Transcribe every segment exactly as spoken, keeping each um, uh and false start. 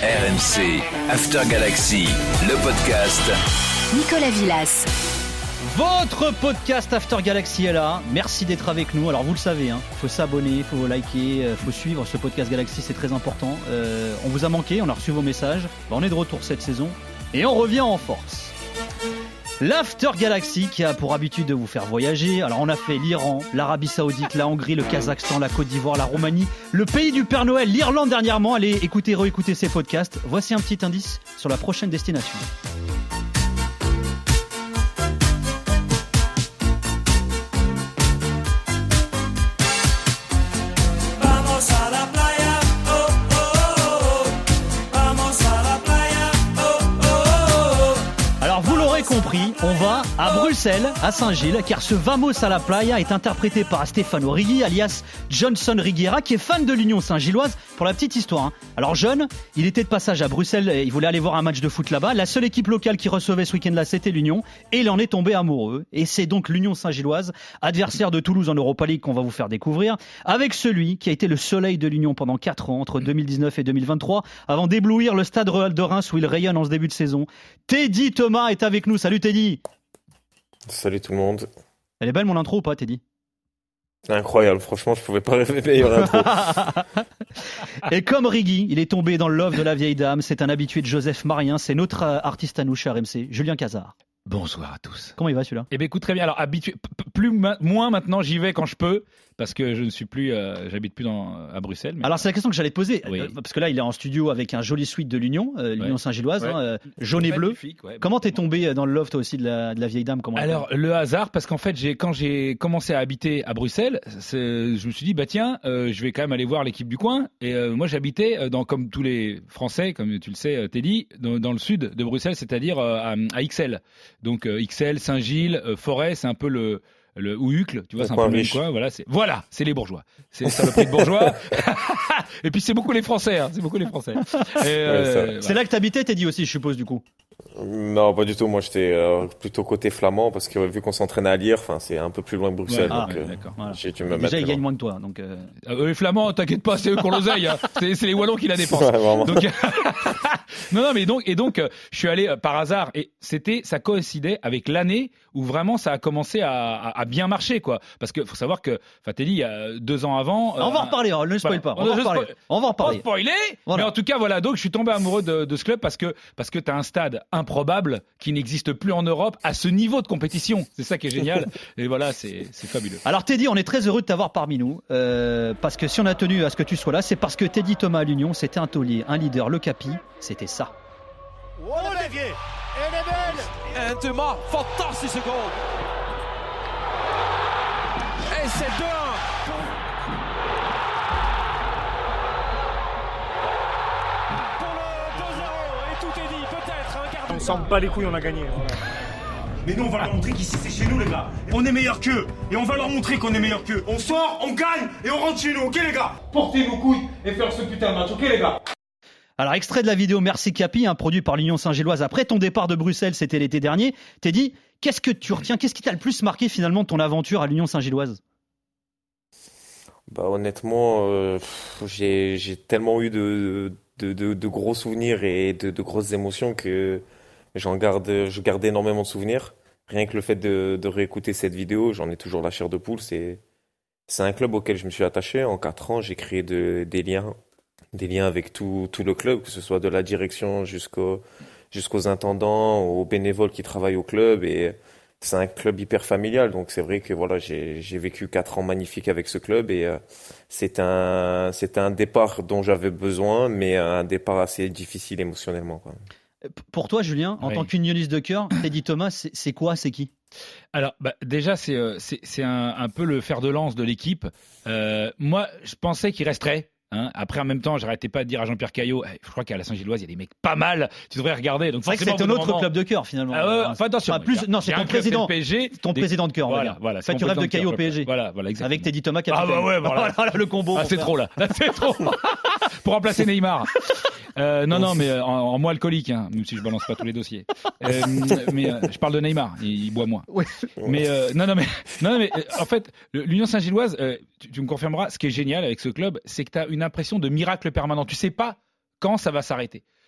R M C, After Galaxy, le podcast. Nicolas Villas. Votre podcast After Galaxy est là. Merci d'être avec nous. Alors vous le savez, hein, faut s'abonner, faut liker, euh, faut suivre ce podcast Galaxy, c'est très important. Euh, on vous a manqué, on a reçu vos messages. Bah, on est de retour cette saison et on revient en force. L'After Galaxy qui a pour habitude de vous faire voyager. Alors on a fait l'Iran, l'Arabie Saoudite, la Hongrie, le Kazakhstan, la Côte d'Ivoire, la Roumanie, le pays du Père Noël, l'Irlande dernièrement. Allez écoutez, réécoutez ces podcasts. Voici un petit indice sur la prochaine destination. Compris, on va à Bruxelles, à Saint-Gilles, car ce Vamos à la Playa est interprété par Stefano Righi, alias Johnson Riguera, qui est fan de l'Union Saint-Gilloise. Pour la petite histoire, hein. Alors jeune, il était de passage à Bruxelles, et il voulait aller voir un match de foot là-bas. La seule équipe locale qui recevait ce week-end-là, c'était l'Union, et il en est tombé amoureux. Et c'est donc l'Union Saint-Gilloise, adversaire de Toulouse en Europa League, qu'on va vous faire découvrir, avec celui qui a été le soleil de l'Union pendant quatre ans, entre deux mille dix-neuf et deux mille vingt-trois, avant d'éblouir le Stade Royal de Reims où il rayonne en ce début de saison. Teddy Thomas est avec nous. Salut Teddy. Salut tout le monde. Elle est belle mon intro ou pas, Teddy? Incroyable, franchement, je pouvais pas rêver meilleure intro. Et comme Righi, il est tombé dans le love de la vieille dame. C'est un habitué de Joseph Marien. C'est notre artiste à nous chez R M C, Julien Cazard. Bonsoir à tous. Comment il va celui-là? Eh bien écoute, très bien. Alors habitué, p- plus ma- moins maintenant, j'y vais quand je peux parce que je ne suis plus, euh, j'habite plus dans, à Bruxelles. Mais... Alors c'est la question que j'allais te poser, oui. euh, parce que là il est en studio avec un joli suite de l'Union, euh, l'Union ouais. Saint-Gilloise, ouais. hein, euh, jaune et bleu. Ouais. Comment t'es tombé dans le love toi aussi de la, de la vieille dame? Comment Alors le hasard, parce qu'en fait j'ai, quand j'ai commencé à habiter à Bruxelles, c'est, je me suis dit bah tiens, euh, je vais quand même aller voir l'équipe du coin. Et euh, moi j'habitais dans, comme tous les Français, comme tu le sais, Teddy, dans, dans le sud de Bruxelles, c'est-à-dire euh, à, à Ixelles. Donc euh, Ixelles, Saint-Gilles, euh, Forêt, c'est un peu le le ou Uccle, tu vois, le c'est un peu le même riche. quoi. Voilà, c'est voilà, c'est les bourgeois. C'est les saloperies de bourgeois. Et puis c'est beaucoup les Français, hein, c'est beaucoup les Français. Et, euh, ouais, c'est là que t'habitais, Teddy aussi, je suppose du coup. Non, pas du tout. Moi, j'étais euh, plutôt côté flamand parce que vu qu'on s'entraînait à Lire, enfin, c'est un peu plus loin que Bruxelles. Ouais, donc, ah, euh, d'accord. Voilà. J'ai dû me Déjà, mettre ils là. gagnent moins que toi, donc. Euh... Euh, les Flamands, t'inquiète pas, c'est eux qui ont l'oseille. Hein. C'est, c'est les Wallons qui la dépensent. Ouais, vraiment. Donc, non, non, mais donc, et donc, euh, je suis allé euh, par hasard et c'était, ça coïncidait avec l'année où vraiment ça a commencé à, à, à bien marcher, quoi. Parce que faut savoir que, enfin, Teddy, il y a deux ans avant. Euh, on va en reparler, ne spoil pas. On va en reparler. On va en reparler. Spoiler. Voilà. Mais en tout cas, voilà. Donc, je suis tombé amoureux de, de ce club parce que parce que t'as un stade improbable qui n'existe plus en Europe à ce niveau de compétition. C'est ça qui est génial. Et voilà, c'est, c'est fabuleux. Alors Teddy, on est très heureux de t'avoir parmi nous euh, parce que si on a tenu à ce que tu sois là, c'est parce que Teddy Thomas à l'Union, c'était un taulier, un leader, le capi, c'était ça. Oh le dévié, elle est belle. En Thomas, fantastische goal. Et c'est deux un. Pour le deux zéro et tout est dit, peut-être un quart d'heure. On s'en bat les couilles, on a gagné. Mais nous on va leur montrer qu'ici c'est chez nous les gars. On est meilleurs qu'eux. Et on va leur montrer qu'on est meilleurs qu'eux. On sort, on gagne et on rentre chez nous, ok les gars? Portez vos couilles et faire ce putain de match, ok les gars? Alors extrait de la vidéo Merci Capi, hein, produit par l'Union Saint-Gilloise après ton départ de Bruxelles, c'était l'été dernier. Teddy, qu'est-ce que tu retiens, qu'est-ce qui t'a le plus marqué finalement de ton aventure à l'Union Saint-Gilloise? Bah honnêtement, euh, j'ai j'ai tellement eu de de, de, de gros souvenirs et de, de grosses émotions que j'en garde, je garde énormément de souvenirs. Rien que le fait de, de réécouter cette vidéo, j'en ai toujours la chair de poule. C'est, c'est un club auquel je me suis attaché. En quatre ans, j'ai créé de, des liens, des liens avec tout, tout le club, que ce soit de la direction jusqu'au, jusqu'aux intendants, aux bénévoles qui travaillent au club. Et c'est un club hyper familial. Donc c'est vrai que voilà, j'ai, j'ai vécu quatre ans magnifiques avec ce club et euh, c'est un, c'est un départ dont j'avais besoin, mais un départ assez difficile émotionnellement, quoi. Pour toi, Julien, en oui. tant qu'unioniste de cœur, Teddy Thomas, c'est, c'est quoi, c'est qui? Alors, bah, déjà, c'est, euh, c'est, c'est un, un peu le fer de lance de l'équipe. Euh, moi, je pensais qu'il resterait. Hein. Après, en même temps, j'arrêtais pas de dire à Jean-Pierre Caillot, eh, je crois qu'à la Saint-Gilloise, il y a des mecs pas mal. Tu devrais regarder. Donc, c'est vrai que c'est ton autre moment... club de cœur finalement. Ah ouais, enfin, attention. Enfin, plus, non, c'est ton président, P S G, ton des... président de cœur. Voilà, voilà. Enfin, tu rêves de Caillot au P S G. Voilà, voilà, exactement. Avec Teddy Thomas capitaine. Ah bah ouais, voilà. voilà le combo. Ah, c'est faire. trop là. Là, c'est trop. Pour remplacer Neymar. Euh, non, non, mais en, en moi alcoolique, hein, même si je balance pas tous les dossiers. Euh, mais euh, je parle de Neymar, il, il boit moins. Oui. Mais euh, non, non, mais non, mais euh, en fait, l'Union Saint-Gilloise, euh, tu, tu me confirmeras, ce qui est génial avec ce club, c'est que tu as une impression de miracle permanent. Tu sais pas quand ça va s'arrêter.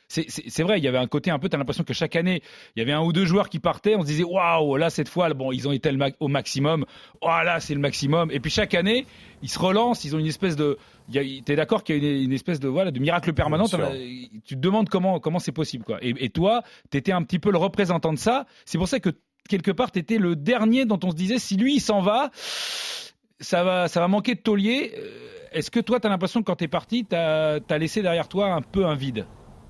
c'est, c'est, c'est vrai, il y avait un côté un peu, tu as l'impression que chaque année, il y avait un ou deux joueurs qui partaient, on se disait waouh, là cette fois, bon, ils ont été le ma- au maximum, oh là c'est le maximum, et puis chaque année, ils se relancent, ils ont une espèce de, tu es d'accord qu'il y a une, une espèce de voilà de miracle permanent, tu te demandes comment comment c'est possible quoi. Et, et toi, tu étais un petit peu le représentant de ça, c'est pour ça que quelque part, tu étais le dernier dont on se disait si lui il s'en va, ça va ça va manquer de taulier. Est-ce que toi, tu as l'impression que quand tu es parti, tu as laissé derrière toi un peu un vide?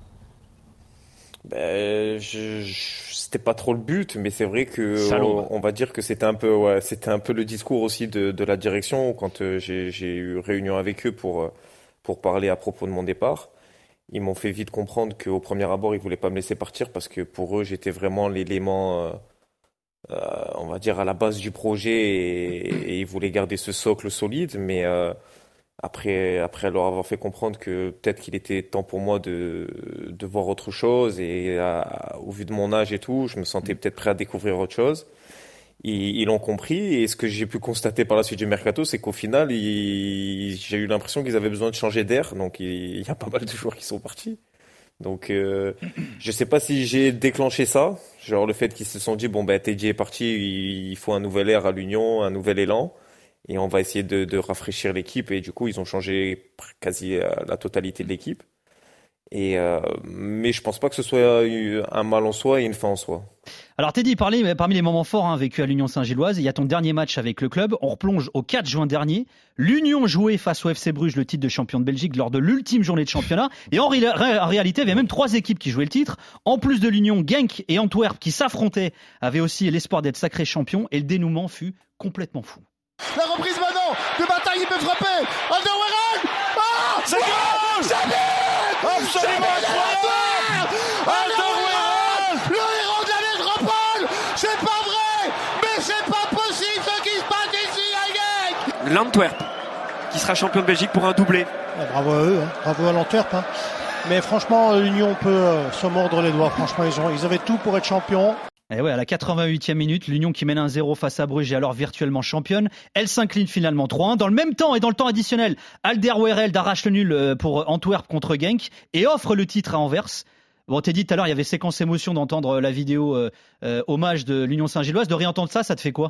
Ben, je, je, c'était pas trop le but, mais c'est vrai que on, on va dire que c'était un peu, ouais, c'était un peu le discours aussi de, de la direction quand euh, j'ai, j'ai eu réunion avec eux pour pour parler à propos de mon départ. Ils m'ont fait vite comprendre qu'au premier abord, ils voulaient pas me laisser partir parce que pour eux, j'étais vraiment l'élément, euh, euh, on va dire, à la base du projet et, et ils voulaient garder ce socle solide, mais euh, Après, après leur avoir fait comprendre que peut-être qu'il était temps pour moi de, de voir autre chose et à, au vu de mon âge et tout, je me sentais peut-être prêt à découvrir autre chose. Ils, ils l'ont compris et ce que j'ai pu constater par la suite du mercato, c'est qu'au final, ils, j'ai eu l'impression qu'ils avaient besoin de changer d'air. Donc il, il y a pas mal de joueurs qui sont partis. Donc euh, je sais pas si j'ai déclenché ça, genre le fait qu'ils se sont dit bon ben Teddy est parti, il, il faut un nouvel air à l'Union, un nouvel élan. Et on va essayer de, de rafraîchir l'équipe. Et du coup, ils ont changé quasi la totalité de l'équipe. Et euh, mais je pense pas que ce soit un mal en soi et une fin en soi. Alors Teddy, parmi, parmi les moments forts hein, vécus à l'Union Saint-Gilloise, il y a ton dernier match avec le club. On replonge au quatre juin dernier. L'Union jouait face au F C Bruges le titre de champion de Belgique lors de l'ultime journée de championnat. Et en, ré- en réalité, il y avait même trois équipes qui jouaient le titre. En plus de l'Union, Genk et Antwerp qui s'affrontaient avaient aussi l'espoir d'être sacrés champions. Et le dénouement fut complètement fou. La reprise maintenant de bataille, il peut frapper. Alderweireld. Ah, c'est goal. Sabine. Absolument incroyable. Alderweireld, le héros de la métropole. C'est pas vrai, mais c'est pas possible ce qui se passe ici à Genk. L'Antwerp qui sera champion de Belgique pour un doublé. Ah, bravo à eux, hein. Bravo à l'Antwerp. Hein. Mais franchement, l'Union peut euh, se mordre les doigts. Franchement, ils, ont, ils avaient tout pour être champions. Et ouais, à la quatre-vingt-huitième minute, l'Union qui mène un zéro face à Bruges est alors virtuellement championne. Elle s'incline finalement trois un. Dans le même temps et dans le temps additionnel, Alderweireld arrache le nul pour Antwerp contre Genk et offre le titre à Anvers. Bon, t'es dit tout à l'heure, il y avait séquence émotion d'entendre la vidéo euh, euh, hommage de l'Union Saint-Gilloise. De réentendre ça, ça te fait quoi ?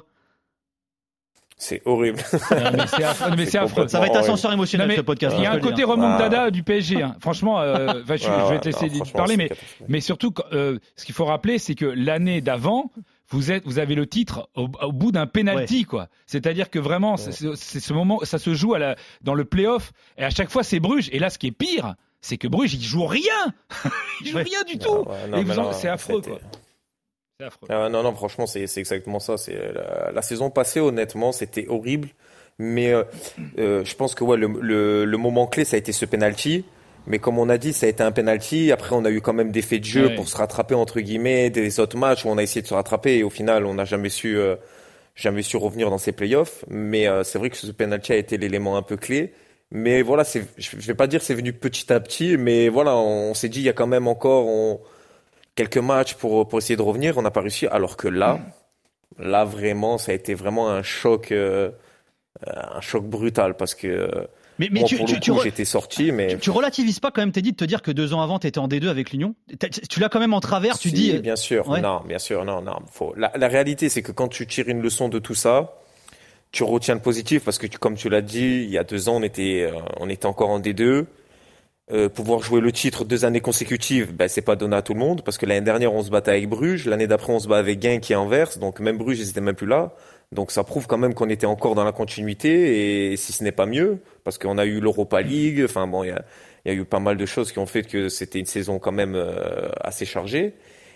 C'est horrible. Non, mais c'est affreux. Mais c'est affreux. Ça va être ascenseur émotionnel non, ce podcast. Il y a un côté remontada ah. du P S G. Hein. Franchement, euh, je, ouais, je vais te laisser non, parler, mais, mais surtout, euh, ce qu'il faut rappeler, c'est que l'année d'avant, vous êtes, vous avez le titre au, au bout d'un penalty, ouais. quoi. C'est-à-dire que vraiment, ouais. c'est, c'est ce moment, ça se joue à la, dans le play-off, et à chaque fois, c'est Bruges. Et là, ce qui est pire, c'est que Bruges, ils jouent rien. Ils jouent ouais. rien du tout. Non, ouais, non, et vous en, c'est affreux, quoi. C'est affreux. Ah, non, non, franchement, c'est, c'est exactement ça. C'est la, la saison passée, honnêtement, c'était horrible. Mais euh, euh, je pense que ouais, le, le, le moment clé, ça a été ce penalty. Mais comme on a dit, ça a été un penalty. Après, on a eu quand même des faits de jeu ouais. pour se rattraper entre guillemets, des autres matchs où on a essayé de se rattraper et au final, on n'a jamais su, euh, jamais su revenir dans ces playoffs. Mais euh, c'est vrai que ce penalty a été l'élément un peu clé. Mais voilà, c'est, je vais pas dire que c'est venu petit à petit, mais voilà, on, on s'est dit il y a quand même encore on, quelques matchs pour pour essayer de revenir. On n'a pas réussi. Alors que là, mmh. là vraiment, ça a été vraiment un choc. Euh, un choc brutal parce que mais, mais bon, tu, pour tu, le tu coup re... j'étais sorti mais tu, tu relativises pas quand même, t'es dit de te dire que deux ans avant t'étais en D deux avec l'Union, tu l'as quand même en travers, tu si, dis bien sûr ouais. non bien sûr non non faut la, la réalité c'est que quand tu tires une leçon de tout ça tu retiens le positif parce que tu, comme tu l'as dit il y a deux ans on était euh, on était encore en D deux. Euh, pouvoir jouer le titre deux années consécutives, ben c'est pas donné à tout le monde parce que l'année dernière on se battait avec Bruges, l'année d'après on se bat avec Genk et Anvers, donc même Bruges ils étaient même plus là, donc ça prouve quand même qu'on était encore dans la continuité et si ce n'est pas mieux parce qu'on a eu l'Europa League, enfin bon il y a il y a eu pas mal de choses qui ont fait que c'était une saison quand même euh, assez chargée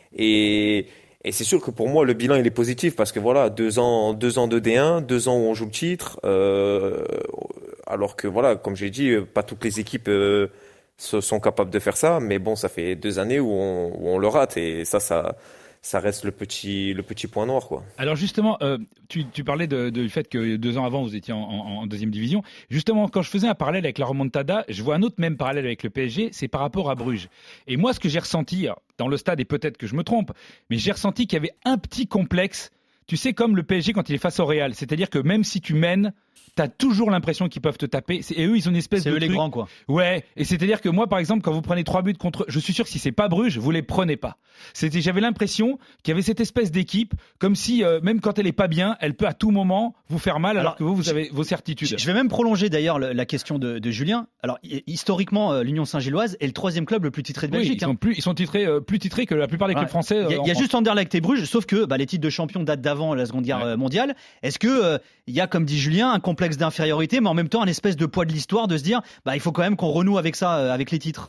et et c'est sûr que pour moi le bilan il est positif parce que voilà deux ans deux ans de D un, deux ans où on joue le titre, euh, alors que voilà comme j'ai dit pas toutes les équipes euh, sont capables de faire ça, mais bon, ça fait deux années où on, où on le rate et ça, ça, ça reste le petit, le petit point noir, quoi. Alors justement, euh, tu, tu parlais de, de, du fait que deux ans avant vous étiez en, en, en deuxième division. Justement, quand je faisais un parallèle avec la remontada, je vois un autre même parallèle avec le P S G, c'est par rapport à Bruges. Et moi, ce que j'ai ressenti dans le stade, et peut-être que je me trompe, mais j'ai ressenti qu'il y avait un petit complexe. Tu sais, comme le P S G quand il est face au Real, c'est-à-dire que même si tu mènes, t'as toujours l'impression qu'ils peuvent te taper. C'est, et eux, ils ont une espèce c'est de eux truc. les grands, quoi. Ouais. Et c'est-à-dire que moi, par exemple, quand vous prenez trois buts contre, je suis sûr que si c'est pas Bruges, vous les prenez pas. C'était, j'avais l'impression qu'il y avait cette espèce d'équipe, comme si euh, même quand elle est pas bien, elle peut à tout moment vous faire mal, alors, alors que vous, vous avez vos certitudes. Je vais même prolonger d'ailleurs le, la question de, de Julien. Alors historiquement, euh, l'Union Saint-Gilloise est le troisième club le plus titré de oui, Belgique. Ils hein. sont plus, ils sont titrés, euh, plus titrés que la plupart des clubs ouais. français. Il y a, euh, y a juste Anderlecht et Bruges, sauf que bah, les titres de champion datent d'avant la Seconde Guerre ouais. mondiale. Est-ce que il euh, y a, comme dit Julien, un complexe d'infériorité, mais en même temps un espèce de poids de l'histoire de se dire, bah il faut quand même qu'on renoue avec ça, euh, avec les titres.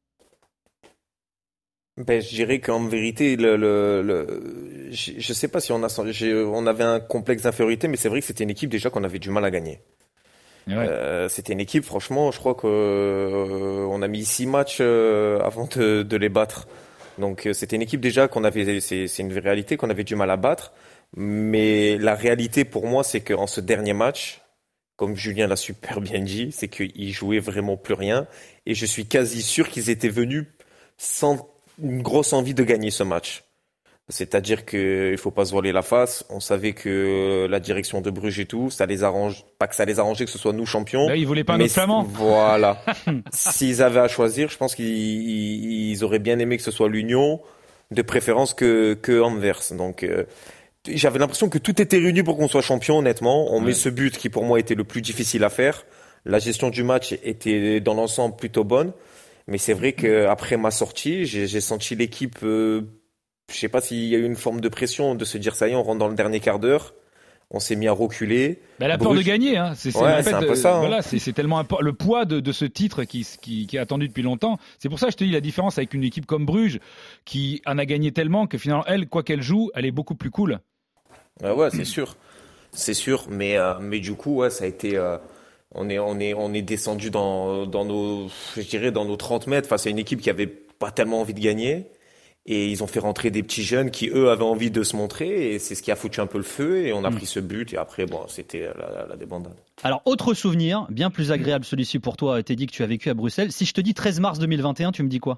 Ben, je dirais qu'en vérité, le, le, le, je, je sais pas si on a, on avait un complexe d'infériorité, mais c'est vrai que c'était une équipe déjà qu'on avait du mal à gagner. Ouais. Euh, c'était une équipe, franchement, je crois que euh, on a mis six matchs euh, avant de, de les battre. Donc euh, c'était une équipe déjà qu'on avait, c'est, c'est une réalité qu'on avait du mal à battre. Mais la réalité pour moi, c'est qu'en ce dernier match, comme Julien l'a super bien dit, c'est qu'ils jouaient vraiment plus rien. Et je suis quasi sûr qu'ils étaient venus sans une grosse envie de gagner ce match. C'est-à-dire qu'il ne faut pas se voiler la face. On savait que la direction de Bruges et tout, ça les arrange, pas que ça les arrangeait que ce soit nous champions. Là, ils voulaient pas un autre Flamand. Voilà. S'ils avaient à choisir, je pense qu'ils ils auraient bien aimé que ce soit l'Union, de préférence que, que Anvers. Donc, euh, j'avais l'impression que tout était réuni pour qu'on soit champion, honnêtement. On ouais. met ce but qui, pour moi, était le plus difficile à faire. La gestion du match était, dans l'ensemble, plutôt bonne. Mais c'est vrai qu'après ma sortie, j'ai, j'ai senti l'équipe, euh, je sais pas s'il y a eu une forme de pression de se dire ça y est, on rentre dans le dernier quart d'heure. On s'est mis à reculer. Bah, la peur Bruges... de gagner, hein. C'est, c'est, ouais, en fait, c'est un peu euh, ça. Hein. Voilà, c'est, c'est tellement impor- le poids de, de ce titre qui, qui, qui est attendu depuis longtemps. C'est pour ça que je te dis la différence avec une équipe comme Bruges, qui en a gagné tellement que finalement, elle, quoi qu'elle joue, elle est beaucoup plus cool. Ouais, ouais, c'est sûr. C'est sûr. Mais, euh, mais du coup, ouais, ça a été, euh, on est, on est, on est descendu dans, dans nos, je dirais, dans nos trente mètres face à une équipe qui avait pas tellement envie de gagner. Et ils ont fait rentrer des petits jeunes qui, eux, avaient envie de se montrer. Et c'est ce qui a foutu un peu le feu. Et on a mmh. pris ce but. Et après, bon, c'était la, la, la débandade. Alors, autre souvenir, bien plus agréable celui-ci pour toi, Teddy, que tu as vécu à Bruxelles. Si je te dis treize mars deux mille vingt et un, tu me dis quoi ?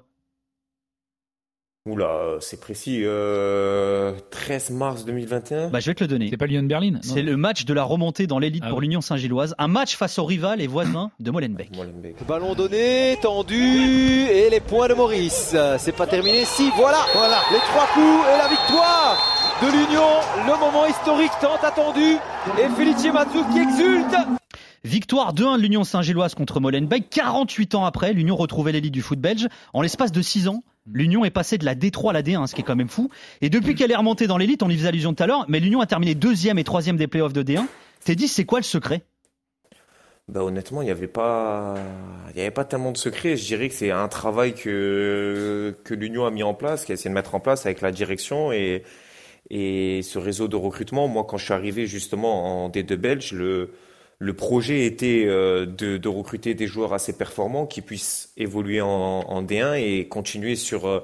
Oula, c'est précis. Euh, treize mars deux mille vingt et un. Bah, je vais te le donner. C'est pas Lyon-Berlin. C'est le match de la remontée dans l'élite ah pour oui. l'Union Saint-Gilloise. Un match face au rival et voisin de Molenbeek. Molenbeek. Ballon donné, tendu et les points de Maurice. C'est pas terminé. Si, voilà, voilà. Les trois coups et la victoire de l'Union. Le moment historique tant attendu. Et Felice Mazzouk qui exulte. Victoire deux un de l'Union Saint-Gilloise contre Molenbeek. quarante-huit ans après, l'Union retrouvait l'élite du foot belge. En l'espace de six ans, l'Union est passée de la D trois à la D un, ce qui est quand même fou. Et depuis qu'elle est remontée dans l'élite, on y faisait allusion tout à l'heure, mais l'Union a terminé deuxième et troisième des playoffs de D un. Teddy, c'est quoi le secret ? Bah, honnêtement, il n'y avait pas, il y avait pas tellement de secret. Je dirais que c'est un travail que, que l'Union a mis en place, qui a essayé de mettre en place avec la direction et, et ce réseau de recrutement. Moi, quand je suis arrivé justement en D deux belge, le, Le projet était euh, de, de recruter des joueurs assez performants qui puissent évoluer en, en D un et continuer sur. Euh,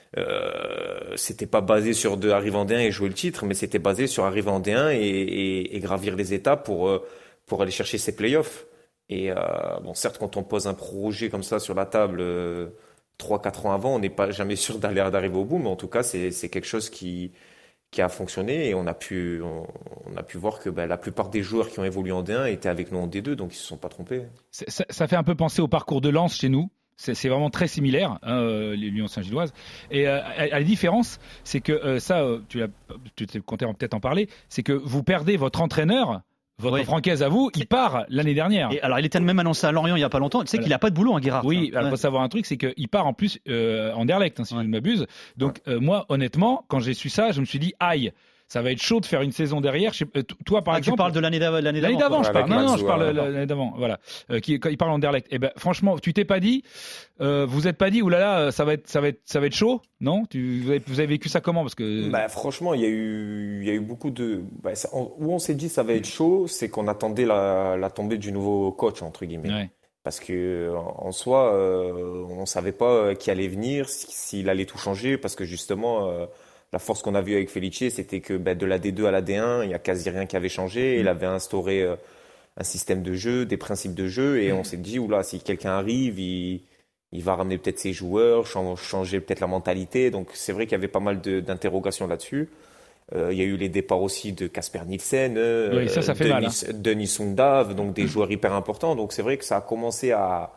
euh, c'était pas basé sur de arriver en D un et jouer le titre, mais c'était basé sur arriver en D un et, et, et gravir les étapes pour euh, pour aller chercher ses playoffs. Et euh, bon, certes, quand on pose un projet comme ça sur la table euh, trois quatre ans avant, on n'est pas jamais sûr d'aller d'arriver au bout, mais en tout cas, c'est c'est quelque chose qui qui a fonctionné et on a pu on, on a pu voir que ben, la plupart des joueurs qui ont évolué en D un étaient avec nous en D deux, donc ils se sont pas trompés. Ça, ça fait un peu penser au parcours de Lens chez nous. C'est, c'est vraiment très similaire, hein, l'Union Saint-Gilloise. Et euh, à, à la différence, c'est que euh, ça, euh, tu l'as, tu t'es compté peut-être en parler, c'est que vous perdez votre entraîneur. Votre oui. Francaise à vous, il part l'année dernière. Et alors, il était même annoncé à Lorient il n'y a pas longtemps. Tu sais voilà. qu'il n'a pas de boulot, hein, Guérard. Oui, il ouais. faut savoir un truc, c'est qu'il part en plus euh, en Anderlecht, hein, si ouais. je ne m'abuse. Donc, ouais. euh, moi, honnêtement, quand j'ai su ça, je me suis dit, aïe, ça va être chaud de faire une saison derrière. Je sais, euh, toi, par ah, exemple. Tu parles de l'année d'avant. L'année d'avant, l'année d'avant je parle. Non, non, je parle ouais, l'année d'avant. Voilà. Euh, qui, quand il parle en Anderlecht. Eh ben, franchement, tu t'es pas dit, euh, vous êtes pas dit, oulala, ça va être, ça va être, ça va être chaud, non tu, vous, avez, vous avez vécu ça comment parce que. Bah, franchement, il y a eu, il y a eu beaucoup de. Bah, ça, on, où on s'est dit ça va être chaud, c'est qu'on attendait la, la tombée du nouveau coach entre guillemets. Ouais. Parce que en soi, euh, on savait pas qui allait venir, s'il allait tout changer, parce que justement. Euh, La force qu'on a vue avec Felice, c'était que ben, de la D deux à la D un, il n'y a quasi rien qui avait changé. Il avait instauré euh, un système de jeu, des principes de jeu. Et on s'est dit, oula, si quelqu'un arrive, il, il va ramener peut-être ses joueurs, changer peut-être la mentalité. Donc c'est vrai qu'il y avait pas mal de, d'interrogations là-dessus. Euh, il y a eu les départs aussi de Casper Nielsen, euh, oui, ça, ça fait Denis, mal, hein. Denis Sundave, donc des joueurs hyper importants. Donc c'est vrai que ça a commencé à,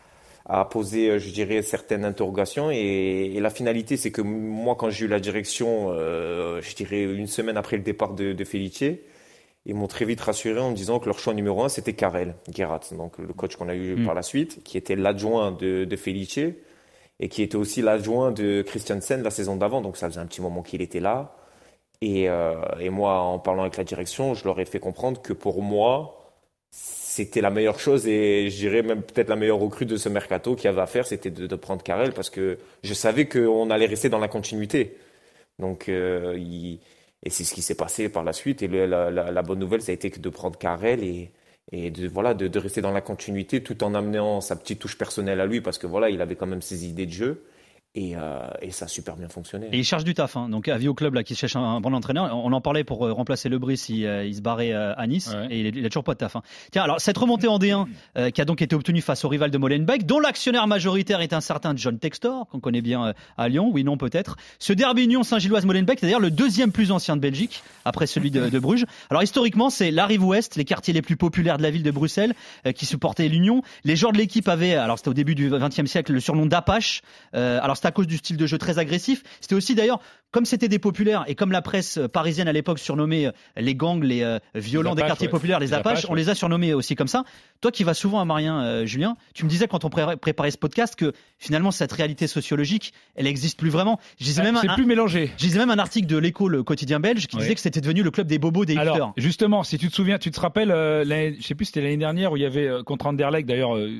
à poser, je dirais, certaines interrogations. Et, et la finalité, c'est que moi, quand j'ai eu la direction, euh, je dirais une semaine après le départ de, de Felice, ils m'ont très vite rassuré en me disant que leur choix numéro un, c'était Karel Gerhardt, donc le coach qu'on a eu mmh. par la suite, qui était l'adjoint de, de Felice et qui était aussi l'adjoint de Christiansen la saison d'avant. Donc ça faisait un petit moment qu'il était là. Et, euh, et moi, en parlant avec la direction, je leur ai fait comprendre que pour moi, c'était la meilleure chose et je dirais même peut-être la meilleure recrue de ce mercato qu'il y avait à faire, c'était de, de prendre Karel parce que je savais qu'on allait rester dans la continuité. Donc, euh, il, et c'est ce qui s'est passé par la suite. Et le, la, la, la bonne nouvelle, ça a été que de prendre Karel et, et de, voilà, de, de rester dans la continuité tout en amenant sa petite touche personnelle à lui parce que voilà, il avait quand même ses idées de jeu. Et, euh, et ça a super bien fonctionné. Et il cherche du taf, hein. Donc avis au club là qui cherche un, un bon entraîneur. On en parlait pour euh, remplacer Lebris, il, euh, il se barrait euh, à Nice ouais. et il, il a toujours pas de taf. Hein. Tiens, alors cette remontée en D un euh, qui a donc été obtenue face au rival de Molenbeek, dont l'actionnaire majoritaire est un certain John Textor, qu'on connaît bien euh, à Lyon, oui non peut-être. Ce derby Union Saint-Gilloise-Molenbeek, c'est d'ailleurs le deuxième plus ancien de Belgique après celui de, de Bruges. Alors historiquement, c'est la rive ouest, les quartiers les plus populaires de la ville de Bruxelles euh, qui supportaient l'Union. Les joueurs de l'équipe avaient, alors c'était au début du vingtième siècle, le surnom d'Apache. Euh, alors c'est à cause du style de jeu très agressif. C'était aussi d'ailleurs, comme c'était des populaires et comme la presse parisienne à l'époque surnommait les gangs, les euh, violents les Apaches, des quartiers ouais. populaires, les, les Apaches, Apaches on ouais. les a surnommés aussi comme ça. Toi qui vas souvent à Marien, euh, Julien, tu me disais quand on pré- préparait ce podcast que finalement cette réalité sociologique, elle n'existe plus vraiment. Je disais même c'est un, plus mélangé. Je disais même un article de l'Écho, le quotidien belge, qui ouais. disait que c'était devenu le club des bobos, des hipsters. Alors justement, si tu te souviens, tu te rappelles, euh, je sais plus, c'était l'année dernière où il y avait euh, contre Anderlecht d'ailleurs, euh,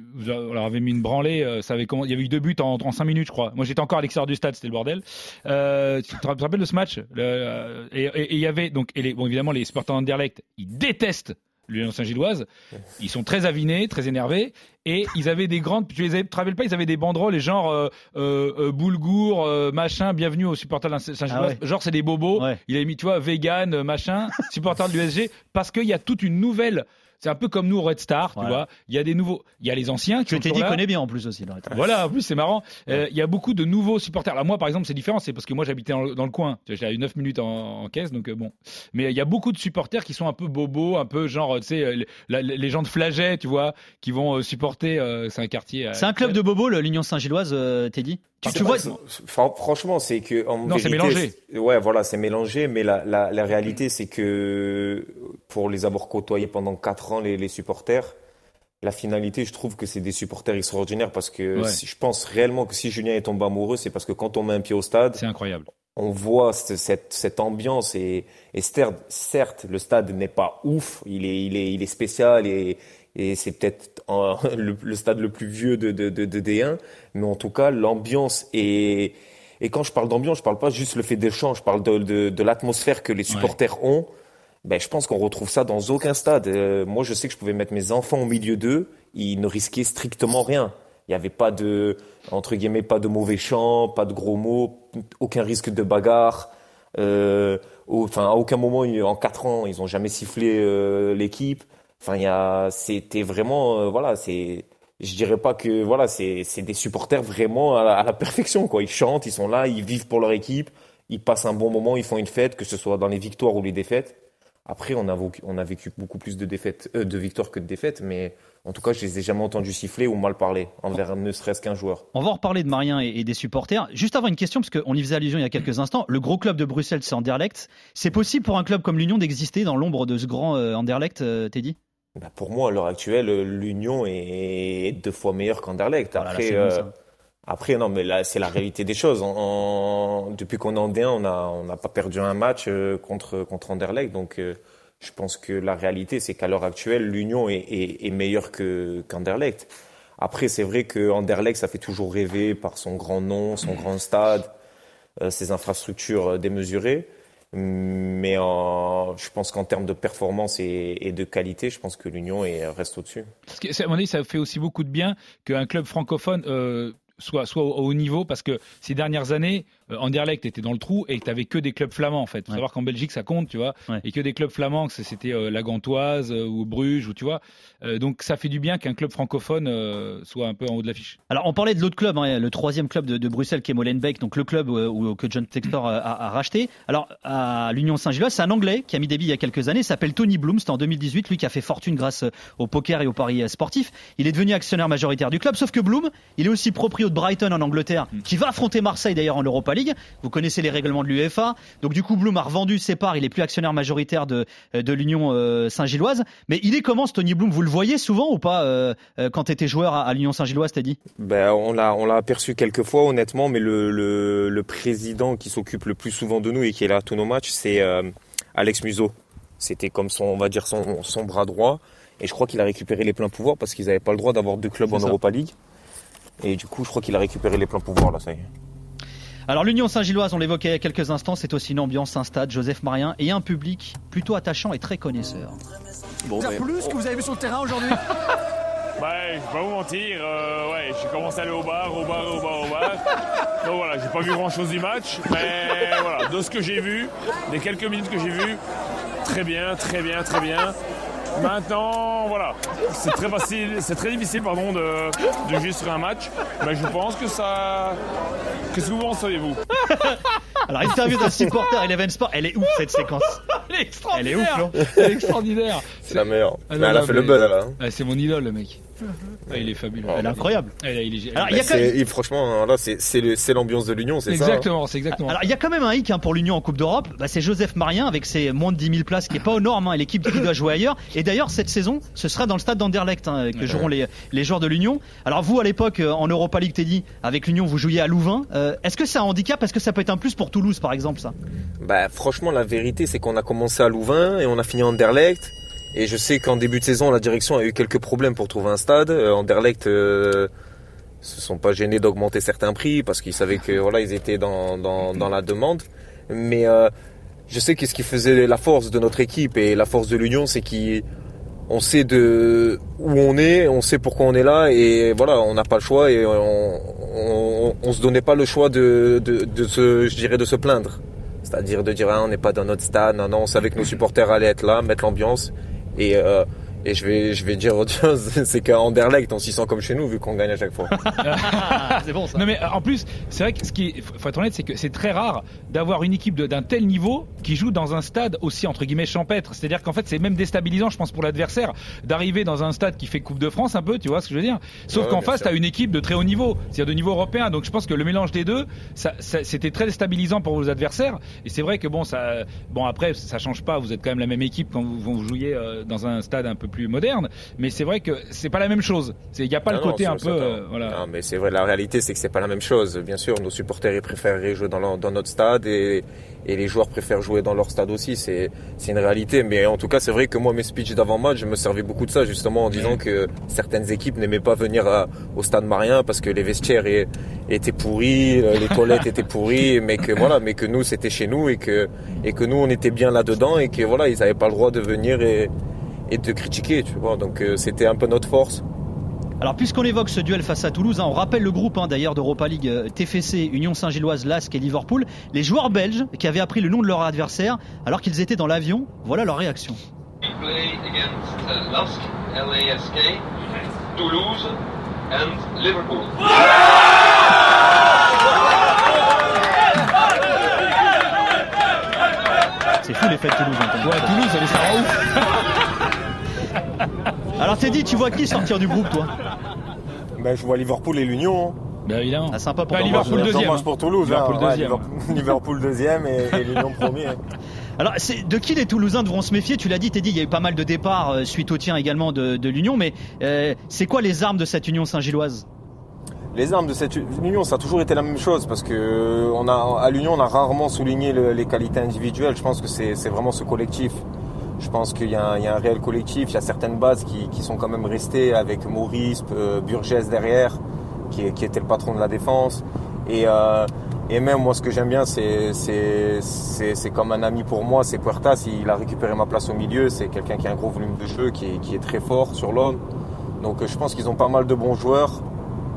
on leur avait mis une branlée, euh, ça avait comment, il y avait eu deux buts en, en cinq minutes, je crois. Moi j'étais encore à l'extérieur du stade, c'était le bordel. Euh, tu te rappelles de ce match le, et il y avait donc et les, bon évidemment les supporters d'Anderlecht, ils détestent l'Union Saint-Gilloise, ils sont très avinés, très énervés et ils avaient des grandes, tu les avais, tu te rappelles pas, ils avaient des banderoles et genre euh, euh, boulgour euh, machin, bienvenue aux supporters de la Saint-Gilloise, ah ouais. genre c'est des bobos, ouais. il avait mis tu vois vegan machin, supporters de l'U S G parce qu'il y a toute une nouvelle. C'est un peu comme nous au Red Star, voilà. tu vois. Il y a des nouveaux, il y a les anciens qui je t'ai dit connaît bien en plus aussi. Le Red Star. Voilà, en plus c'est marrant. Ouais. Euh, il y a beaucoup de nouveaux supporters. Alors moi par exemple c'est différent, c'est parce que moi j'habitais dans, dans le coin. J'étais à neuf minutes en, en caisse, donc euh, bon. Mais il y a beaucoup de supporters qui sont un peu bobos, un peu genre tu sais les, les gens de Flaget, tu vois, qui vont euh, supporter. Euh, c'est un quartier. Euh, c'est un club de bobos, l'Union Saint-Gilloise, euh, Teddy. Tu, tu vois, franchement, c'est que en non, vérité, c'est mélangé. C'est, ouais, voilà, c'est mélangé, mais la, la, la réalité, c'est que pour les avoir côtoyés pendant quatre ans, les, les supporters, la finalité, je trouve que c'est des supporters extraordinaires parce que ouais. si, je pense réellement que si Julien est tombé amoureux, c'est parce que quand on met un pied au stade, c'est incroyable. On voit cette, cette, cette ambiance et, et certes, certes, le stade n'est pas ouf, il est, il est, il est spécial et Et c'est peut-être un, le, le stade le plus vieux de, de, de, de D un, mais en tout cas, l'ambiance est... Et quand je parle d'ambiance, je parle pas juste le fait d'échange, je parle de, de, de l'atmosphère que les supporters ouais. ont. Ben, je pense qu'on retrouve ça dans aucun stade. Euh, moi, je sais que je pouvais mettre mes enfants au milieu d'eux, ils ne risquaient strictement rien. Il n'y avait pas de, entre guillemets, pas de mauvais chants, pas de gros mots, aucun risque de bagarre. Euh, au, enfin, à aucun moment, en quatre ans, ils ont jamais sifflé euh, l'équipe. Enfin, il y a, c'était vraiment, euh, voilà, c'est, je dirais pas que, voilà, c'est, c'est des supporters vraiment à la, à la perfection, quoi. Ils chantent, ils sont là, ils vivent pour leur équipe, ils passent un bon moment, ils font une fête, que ce soit dans les victoires ou les défaites. Après, on a, on a vécu beaucoup plus de défaites, euh, de victoires que de défaites, mais en tout cas, je les ai jamais entendus siffler ou mal parler envers ne serait-ce qu'un joueur. On va en reparler de Marien et, et des supporters. Juste avant une question, parce qu'on y faisait allusion il y a quelques instants, le gros club de Bruxelles, c'est Anderlecht. C'est possible pour un club comme l'Union d'exister dans l'ombre de ce grand euh, Anderlecht, euh, Teddy ? Bah pour moi, à l'heure actuelle, l'Union est deux fois meilleure qu'Anderlecht. Après, voilà, là, euh, après, non, mais là, c'est la réalité des choses. En, en, depuis qu'on est en D un, on n'a on n'a pas perdu un match euh, contre contre Anderlecht. Donc, euh, je pense que la réalité, c'est qu'à l'heure actuelle, l'Union est, est, est meilleure que qu'Anderlecht. Après, c'est vrai que Anderlecht, ça fait toujours rêver par son grand nom, son grand stade, euh, ses infrastructures démesurées. Mais en, je pense qu'en termes de performance et, et de qualité, je pense que l'Union est, reste au-dessus. Parce que, à mon avis, ça fait aussi beaucoup de bien qu'un club francophone euh, soit, soit au haut niveau, parce que ces dernières années, euh, Anderlecht était dans le trou et tu n'avais que des clubs flamands en fait. Il faut ouais. savoir qu'en Belgique ça compte, tu vois, ouais. et que des clubs flamands, que c'était euh, la Gantoise euh, ou Bruges, ou tu vois. Euh, donc ça fait du bien qu'un club francophone euh, soit un peu en haut de l'affiche. Alors on parlait de l'autre club, hein, le troisième club de, de Bruxelles qui est Molenbeek, donc le club où, où, que John Textor a, a racheté. Alors à l'Union Saint-Gilloise, c'est un Anglais qui a mis des billes il y a quelques années, il s'appelle Tony Bloom, c'était en deux mille dix-huit, lui qui a fait fortune grâce au poker et au paris sportif. Il est devenu actionnaire majoritaire du club, sauf que Bloom, il est aussi proprio de Brighton en Angleterre, qui va affronter Marseille d'ailleurs en Europa League. Vous connaissez les règlements de l'UEFA. Donc du coup, Bloom a revendu ses parts, il est plus actionnaire majoritaire de, de l'Union euh, Saint-Gilloise. Mais il est comment ce Tony Bloom? Vous le voyez souvent ou pas euh, quand tu étais joueur à, à l'Union Saint-Gilloise, t'as dit? Ben, on l'a, on l'a aperçu quelques fois honnêtement, mais le, le, le président qui s'occupe le plus souvent de nous et qui est là à tous nos matchs, c'est euh, Alex Museau. C'était comme son, on va dire son, son bras droit. Et je crois qu'il a récupéré les pleins pouvoirs parce qu'ils n'avaient pas le droit d'avoir deux clubs c'est en ça. Europa League. Et du coup, je crois qu'il a récupéré les pleins pouvoirs là, ça y est. Alors l'Union Saint-Gilloise, on l'évoquait il y a quelques instants, c'est aussi une ambiance, un stade, Joseph Marien, et un public plutôt attachant et très connaisseur. Bon, mais... plus ce que vous avez vu sur le terrain aujourd'hui. Bah, je vais pas vous mentir, euh, ouais, j'ai commencé à aller au bar, au bar, au bar, au bar. Donc voilà, j'ai pas vu grand chose du match, mais voilà, de ce que j'ai vu, des quelques minutes que j'ai vues, très bien, très bien, très bien. Maintenant, voilà, c'est très facile, c'est très difficile, pardon, de, de juger sur un match, mais je pense que ça... Qu'est-ce que vous en savez-vous? Alors, interview d'un supporter Eleven Sport, elle est ouf cette séquence. Elle est extraordinaire. Elle est ouf, non? Elle est extraordinaire. C'est la meilleure. Ah, mais elle a fait mais... le buzz, là. Ah, c'est mon idole, le mec. Ah, il est fabuleux. Elle est incroyable. Ah, il est... Alors, il y a c'est, même... Franchement, là, c'est, c'est, le, c'est l'ambiance de l'Union, c'est exactement, ça. Hein. C'est exactement. Alors, il y a quand même un hic hein, pour l'Union en Coupe d'Europe. Bah, c'est Joseph Marien avec ses moins de dix mille places, qui n'est pas aux normes, hein, et l'équipe qui doit jouer ailleurs. Et d'ailleurs, cette saison, ce sera dans le stade d'Anderlecht hein, que ouais. joueront les, les joueurs de l'Union. Alors, vous, à l'époque, en Europa League, Teddy, avec l'Union, vous jouiez à Louvain. Euh, est-ce que c'est un handicap? Est-ce que ça peut être un plus pour Toulouse, par exemple, ça? Bah, franchement, la vérité, c'est qu'on a commencé à Louvain et on a fini à Anderlecht. Et je sais qu'en début de saison, la direction a eu quelques problèmes pour trouver un stade. Euh, Anderlecht euh, se sont pas gênés d'augmenter certains prix parce qu'ils savaient que voilà, ils étaient dans dans, dans la demande. Mais euh, je sais que ce qui faisait la force de notre équipe et la force de l'Union, c'est qu'on sait de où on est, on sait pourquoi on est là et voilà, on n'a pas le choix et on, on, on se donnait pas le choix de de, de se, je dirais, de se plaindre. C'est-à-dire de dire ah, on n'est pas dans notre stade, non non, on savait que nos supporters allaient être là, mettre l'ambiance. Et, euh, et je vais, je vais dire autre chose, c'est qu'à Anderlecht, on s'y sent comme chez nous, vu qu'on gagne à chaque fois. C'est bon ça. Non mais en plus, c'est vrai que ce qui est, faut être honnête, c'est que c'est très rare d'avoir une équipe de, d'un tel niveau qui joue dans un stade aussi entre guillemets champêtre. C'est-à-dire qu'en fait, c'est même déstabilisant, je pense, pour l'adversaire, d'arriver dans un stade qui fait Coupe de France un peu, tu vois ce que je veux dire. Sauf ouais, qu'en face, t'as une équipe de très haut niveau, c'est-à-dire de niveau européen. Donc je pense que le mélange des deux, ça, ça, c'était très déstabilisant pour vos adversaires. Et c'est vrai que bon, ça, bon après, ça change pas. Vous êtes quand même la même équipe quand vous, vous jouez euh, dans un stade un peu plus moderne, mais c'est vrai que c'est pas la même chose. Il n'y a pas non, le côté non, un peu. Euh, voilà. Non, mais c'est vrai, la réalité, c'est que c'est pas la même chose. Bien sûr, nos supporters ils préfèrent jouer dans, leur, dans notre stade et, et les joueurs préfèrent jouer dans leur stade aussi. C'est, c'est une réalité. Mais en tout cas, c'est vrai que moi, mes speeches d'avant-match, je me servais beaucoup de ça, justement, en disant que certaines équipes n'aimaient pas venir à, au stade Marien parce que les vestiaires est, étaient pourris, les toilettes étaient pourries, mais que voilà, mais que nous, c'était chez nous et que, et que nous, on était bien là-dedans et que voilà, ils n'avaient pas le droit de venir et et de critiquer, tu vois, donc euh, c'était un peu notre force. Alors puisqu'on évoque ce duel face à Toulouse, hein, on rappelle le groupe hein, d'ailleurs d'Europa League, euh, T F C, Union Saint-Gilloise, L A S K et Liverpool, les joueurs belges qui avaient appris le nom de leur adversaire alors qu'ils étaient dans l'avion, voilà leur réaction. We play against uh, L A S K, L A S K, Toulouse and Liverpool. C'est fou l'effet de Toulouse. Hein, ouais, Toulouse, elle est ça ouf. Alors Teddy, tu vois qui sortir du groupe, toi? Ben, je vois Liverpool et l'Union. Ben évidemment. Ah, sympa pour bah, Liverpool deuxième. Dommage pour Toulouse. Liverpool hein, deuxième. Ouais, Liverpool, Liverpool deuxième et, et l'Union premier. Alors, c'est, de qui les Toulousains devront se méfier? Tu l'as dit, Teddy, il y a eu pas mal de départs euh, suite au tien également de, de l'Union, mais euh, c'est quoi les armes de cette Union Saint-Gilloise? Les armes de cette union, ça a toujours été la même chose parce que on a, à l'Union, on a rarement souligné le, les qualités individuelles. Je pense que c'est, c'est vraiment ce collectif. Je pense qu'il y a, un, il y a un réel collectif. Il y a certaines bases qui, qui sont quand même restées avec Maurice, euh, Burgess derrière, qui, qui était le patron de la défense. Et, euh, et même moi, ce que j'aime bien, c'est, c'est, c'est, c'est comme un ami pour moi, c'est Puertas. Il a récupéré ma place au milieu. C'est quelqu'un qui a un gros volume de jeu, qui est, qui est très fort sur l'homme. Donc je pense qu'ils ont pas mal de bons joueurs.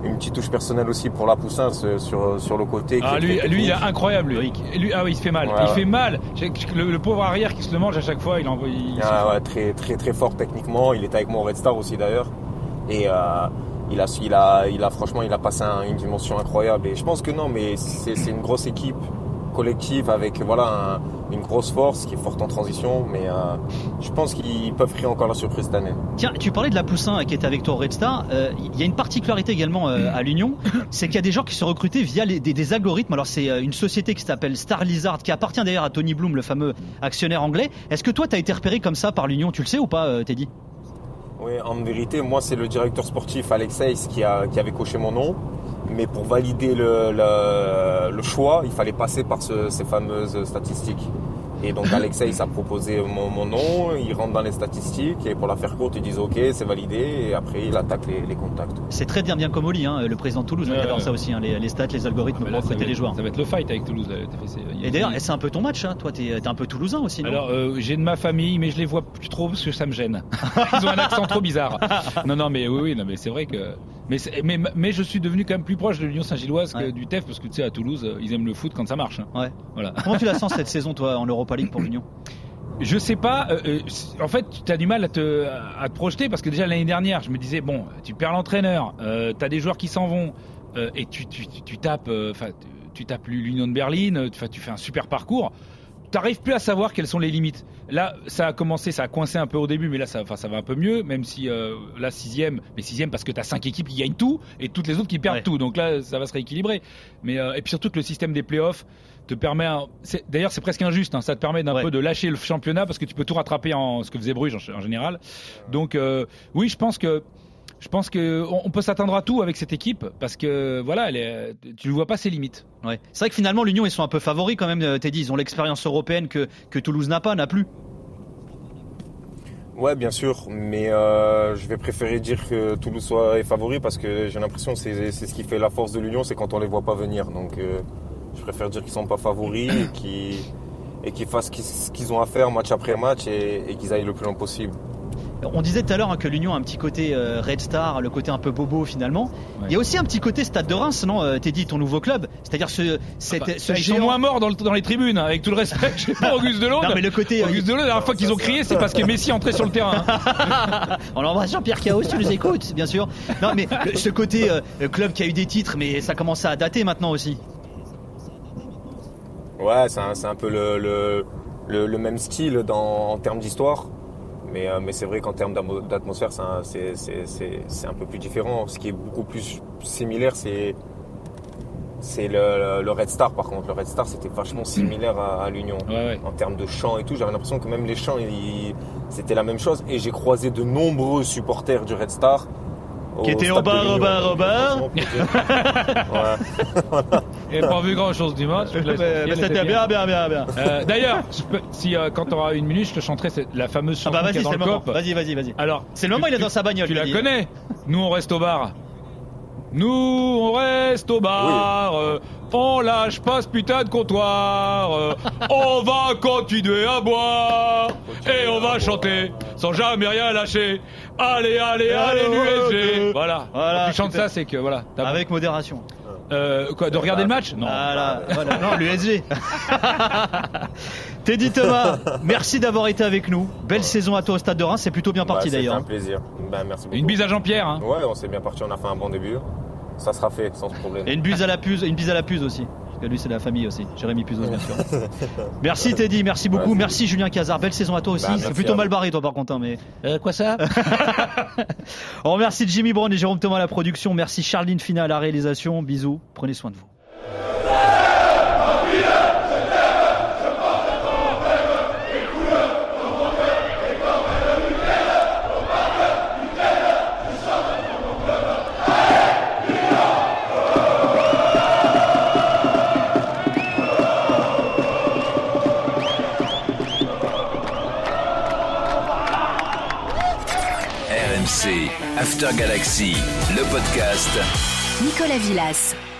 une petite touche personnelle aussi pour la Poussin sur, sur le côté. Ah, lui, lui, il est incroyable, lui. lui. Ah oui, il se fait mal. Ouais, il ouais. fait mal. Le, le pauvre arrière qui se le mange à chaque fois, il envoie. Il ah, ouais, très, très, très fort techniquement. Il était avec moi au Red Star aussi d'ailleurs. Et euh, il, a, il, a, il a, franchement, il a passé un, une dimension incroyable. Et je pense que non, mais c'est, c'est une grosse équipe collective avec voilà, un, une grosse force qui est forte en transition. Mais euh, je pense qu'ils peuvent créer encore la surprise cette année. Tiens, tu parlais de la Poussin qui était avec toi au Red Star. Il euh, y a une particularité également euh, à l'Union, c'est qu'il y a des gens qui sont recrutés via les, des, des algorithmes. Alors c'est une société qui s'appelle Star Lizard, qui appartient d'ailleurs à Tony Bloom, le fameux actionnaire anglais. Est-ce que toi, tu as été repéré comme ça par l'Union? Tu le sais ou pas, euh, Teddy? Oui, en vérité, moi, c'est le directeur sportif Alexei qui, a, qui avait coché mon nom. Mais pour valider le, le, le choix, il fallait passer par ce, ces fameuses statistiques. Et donc Alexei a proposé mon, mon nom, il rentre dans les statistiques et pour la faire courte, ils disent ok, c'est validé et après il attaque les, les contacts. C'est très bien bien comme Oli, hein, le président de Toulouse, il euh, adore ça aussi, hein, les, les stats, les algorithmes pour recruter les joueurs. Ça va être le fight avec Toulouse. Là, T F C. Et d'ailleurs, c'est un peu ton match, hein, toi t'es, t'es un peu toulousain aussi, non? Alors euh, j'ai de ma famille, mais je les vois plus trop parce que ça me gêne. Ils ont un accent trop bizarre. Non non mais oui oui, non, mais c'est vrai que... Mais, mais, mais je suis devenu quand même plus proche de l'Union Saint-Gilloise ouais. que du T E F parce que tu sais à Toulouse ils aiment le foot quand ça marche. Hein. Ouais. Voilà. Comment tu la sens cette saison toi en Europa League pour l'Union? Je sais pas. Euh, en fait, tu as du mal à te, à te projeter parce que déjà l'année dernière, je me disais bon, tu perds l'entraîneur, euh, tu as des joueurs qui s'en vont euh, et tu, tu, tu, tu tapes, enfin, euh, tu tapes l'Union de Berlin, tu, tu fais un super parcours. T'arrives plus à savoir quelles sont les limites. Là, ça a commencé, ça a coincé un peu au début, mais là, ça, ça va un peu mieux, même si euh, là, sixième, mais sixième parce que t'as cinq équipes qui gagnent tout et toutes les autres qui perdent ouais. tout. Donc là, ça va se rééquilibrer. Mais euh, et puis surtout que le système des playoffs te permet, un, c'est, d'ailleurs, c'est presque injuste. Hein, ça te permet d'un ouais. peu de lâcher le championnat parce que tu peux tout rattraper en ce que faisait Bruges en, en général. Donc euh, oui, je pense que. Je pense qu'on peut s'attendre à tout avec cette équipe parce que voilà, elle est, tu ne vois pas ses limites. Ouais. C'est vrai que finalement l'Union ils sont un peu favoris quand même, Teddy. Ils ont l'expérience européenne que, que Toulouse n'a pas, n'a plus. Ouais, bien sûr, mais euh, je vais préférer dire que Toulouse soit est favori parce que j'ai l'impression que c'est, c'est ce qui fait la force de l'Union, c'est quand on les voit pas venir. Donc euh, je préfère dire qu'ils sont pas favoris et qu'ils, et qu'ils fassent ce qu'ils ont à faire match après match et, et qu'ils aillent le plus loin possible. On disait tout à l'heure hein, que l'Union a un petit côté euh, Red Star, le côté un peu bobo finalement. Ouais. Il y a aussi un petit côté Stade de Reims, non euh, Teddy, ton nouveau club. C'est-à-dire ce, cette, ah bah, ce ils géant... sont moins morts dans, le, dans les tribunes, hein, avec tout le respect. Je sais pas, Auguste Delaude. Non mais le côté Auguste Delaude, la dernière fois qu'ils ont crié, c'est parce que Messi entrait sur le terrain. Hein. On l'embrasse Jean-Pierre Chaos, tu nous écoutes, bien sûr. Non mais le, ce côté euh, club qui a eu des titres, mais ça commence à dater maintenant aussi. Ouais, c'est un, c'est un peu le, le, le, le même style dans, en termes d'histoire. Mais, euh, mais c'est vrai qu'en termes d'atmosphère, c'est un, c'est, c'est, c'est, c'est un peu plus différent. Ce qui est beaucoup plus similaire, c'est, c'est le, le Red Star par contre. Le Red Star, c'était vachement similaire à, à l'Union. Ouais, ouais. En termes de chants et tout. J'avais l'impression que même les chants, ils, c'était la même chose. Et j'ai croisé de nombreux supporters du Red Star. Qui étaient au bar, au bar, au bar. Il n'a pas vu grand chose du match. Mais, mais c'était bien, bien, bien, bien. Euh, d'ailleurs, peux, si euh, quand tu auras une minute, je te chanterai cette, la fameuse chanson ah bah qu'il y a dans le cop. Vas-y, vas-y, vas-y. Alors, c'est le moment, tu, il est dans sa bagnole. Tu la dit. Connais. Nous, on reste au bar. Nous, on reste au bar. Oui. Euh, on lâche pas ce putain de comptoir. Euh, on va continuer à boire et on va chanter sans jamais rien lâcher. Allez, allez, allez, l'U S G. Voilà. voilà. Quand tu chantes ça, c'est que voilà. Avec modération. Euh, quoi, de regarder le match? Non. Voilà, voilà. Non, l'U S G. Teddy Thomas, merci d'avoir été avec nous. Belle ouais. saison à toi au Stade de Reims, c'est plutôt bien parti bah, d'ailleurs. C'est un plaisir. Ben, merci beaucoup. Une bise à Jean-Pierre. Hein. Ouais, on s'est bien parti, on a fait un bon début. Ça sera fait sans problème. Et une bise à la puce, une bise à la puce aussi. Parce que lui c'est la famille aussi. Jérémy Puzos bien sûr. Merci Teddy, merci beaucoup. Ouais, merci Julien Cazard. Belle saison à toi aussi. Bah, c'est plutôt mal barré toi par contre, hein, mais euh, quoi ça? On remercie Jimmy Brown et Jérôme Thomas à la production. Merci Charline Fina à la réalisation. Bisous. Prenez soin de vous. After Galaxy, le podcast. Nicolas Villas.